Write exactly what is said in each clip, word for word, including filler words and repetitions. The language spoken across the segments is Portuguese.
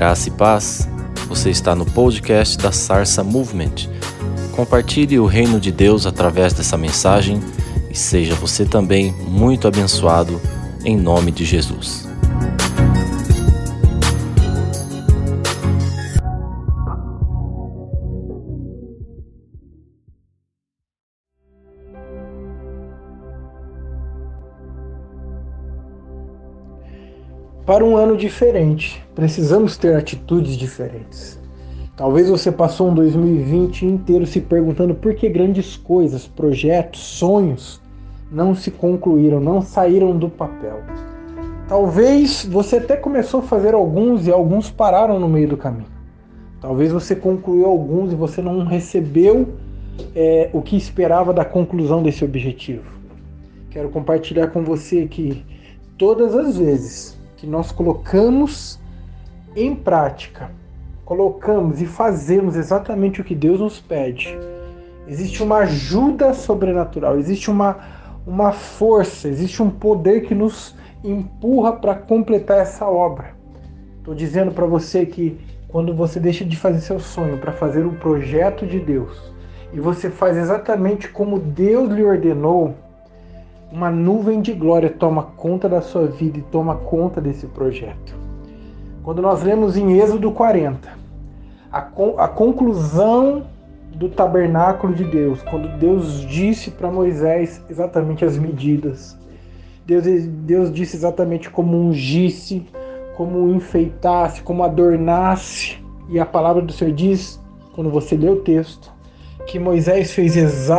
Graça e paz, você está no podcast da Sarsa Movement. Compartilhe o reino de Deus através dessa mensagem e seja você também muito abençoado em nome de Jesus. Para um ano diferente, precisamos ter atitudes diferentes. Talvez você passou um dois mil e vinte inteiro se perguntando por que grandes coisas, projetos, sonhos não se concluíram, não saíram do papel. Talvez você até começou a fazer alguns e alguns pararam no meio do caminho. Talvez você concluiu alguns e você não recebeu é, o que esperava da conclusão desse objetivo. Quero compartilhar com você que todas as vezes que nós colocamos em prática, colocamos e fazemos exatamente o que Deus nos pede, existe uma ajuda sobrenatural, existe uma, uma força, existe um poder que nos empurra para completar essa obra. Estou dizendo para você que quando você deixa de fazer seu sonho para fazer um projeto de Deus e você faz exatamente como Deus lhe ordenou, uma nuvem de glória toma conta da sua vida e toma conta desse projeto. Quando nós lemos em Êxodo quarenta, a, con- a conclusão do tabernáculo de Deus, quando Deus disse para Moisés exatamente as medidas, Deus, Deus disse exatamente como ungisse, como enfeitasse, como adornasse, e a palavra do Senhor diz, quando você lê o texto, que Moisés fez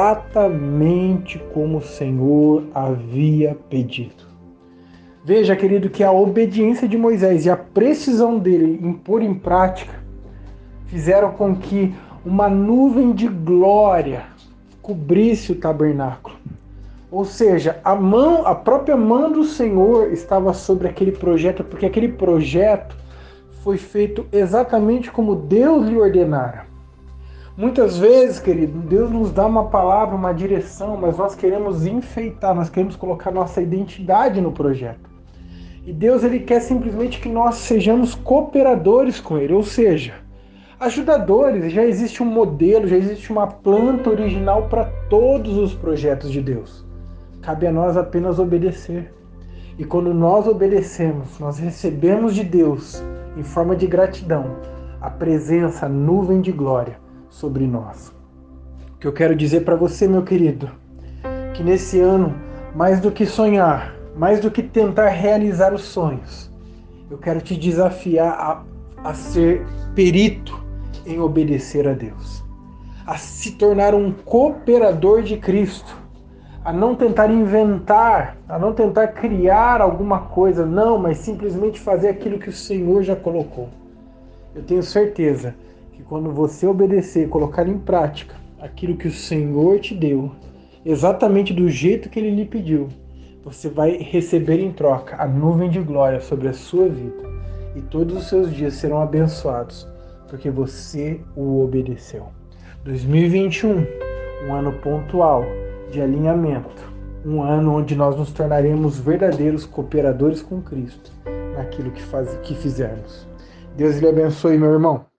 exatamente como o Senhor havia pedido. Veja, querido, que a obediência de Moisés e a precisão dele em pôr em prática fizeram com que uma nuvem de glória cobrisse o tabernáculo. Ou seja, a mão, a própria mão do Senhor estava sobre aquele projeto, porque aquele projeto foi feito exatamente como Deus lhe ordenara. Muitas vezes, querido, Deus nos dá uma palavra, uma direção, mas nós queremos enfeitar, nós queremos colocar nossa identidade no projeto. E Deus, ele quer simplesmente que nós sejamos cooperadores com ele, ou seja, ajudadores. Já existe um modelo, já existe uma planta original para todos os projetos de Deus. Cabe a nós apenas obedecer. E quando nós obedecemos, nós recebemos de Deus, em forma de gratidão, a presença, a nuvem de glória sobre nós. O que eu quero dizer para você, meu querido, que nesse ano, mais do que sonhar, mais do que tentar realizar os sonhos, eu quero te desafiar a, a ser perito em obedecer a Deus, a se tornar um cooperador de Cristo, a não tentar inventar, a não tentar criar alguma coisa, não, mas simplesmente fazer aquilo que o Senhor já colocou. Eu tenho certeza que quando você obedecer e colocar em prática aquilo que o Senhor te deu, exatamente do jeito que Ele lhe pediu, você vai receber em troca a nuvem de glória sobre a sua vida e todos os seus dias serão abençoados, porque você o obedeceu. dois mil e vinte e um, um ano pontual de alinhamento, um ano onde nós nos tornaremos verdadeiros cooperadores com Cristo naquilo que, faz, que fizermos. Deus lhe abençoe, meu irmão.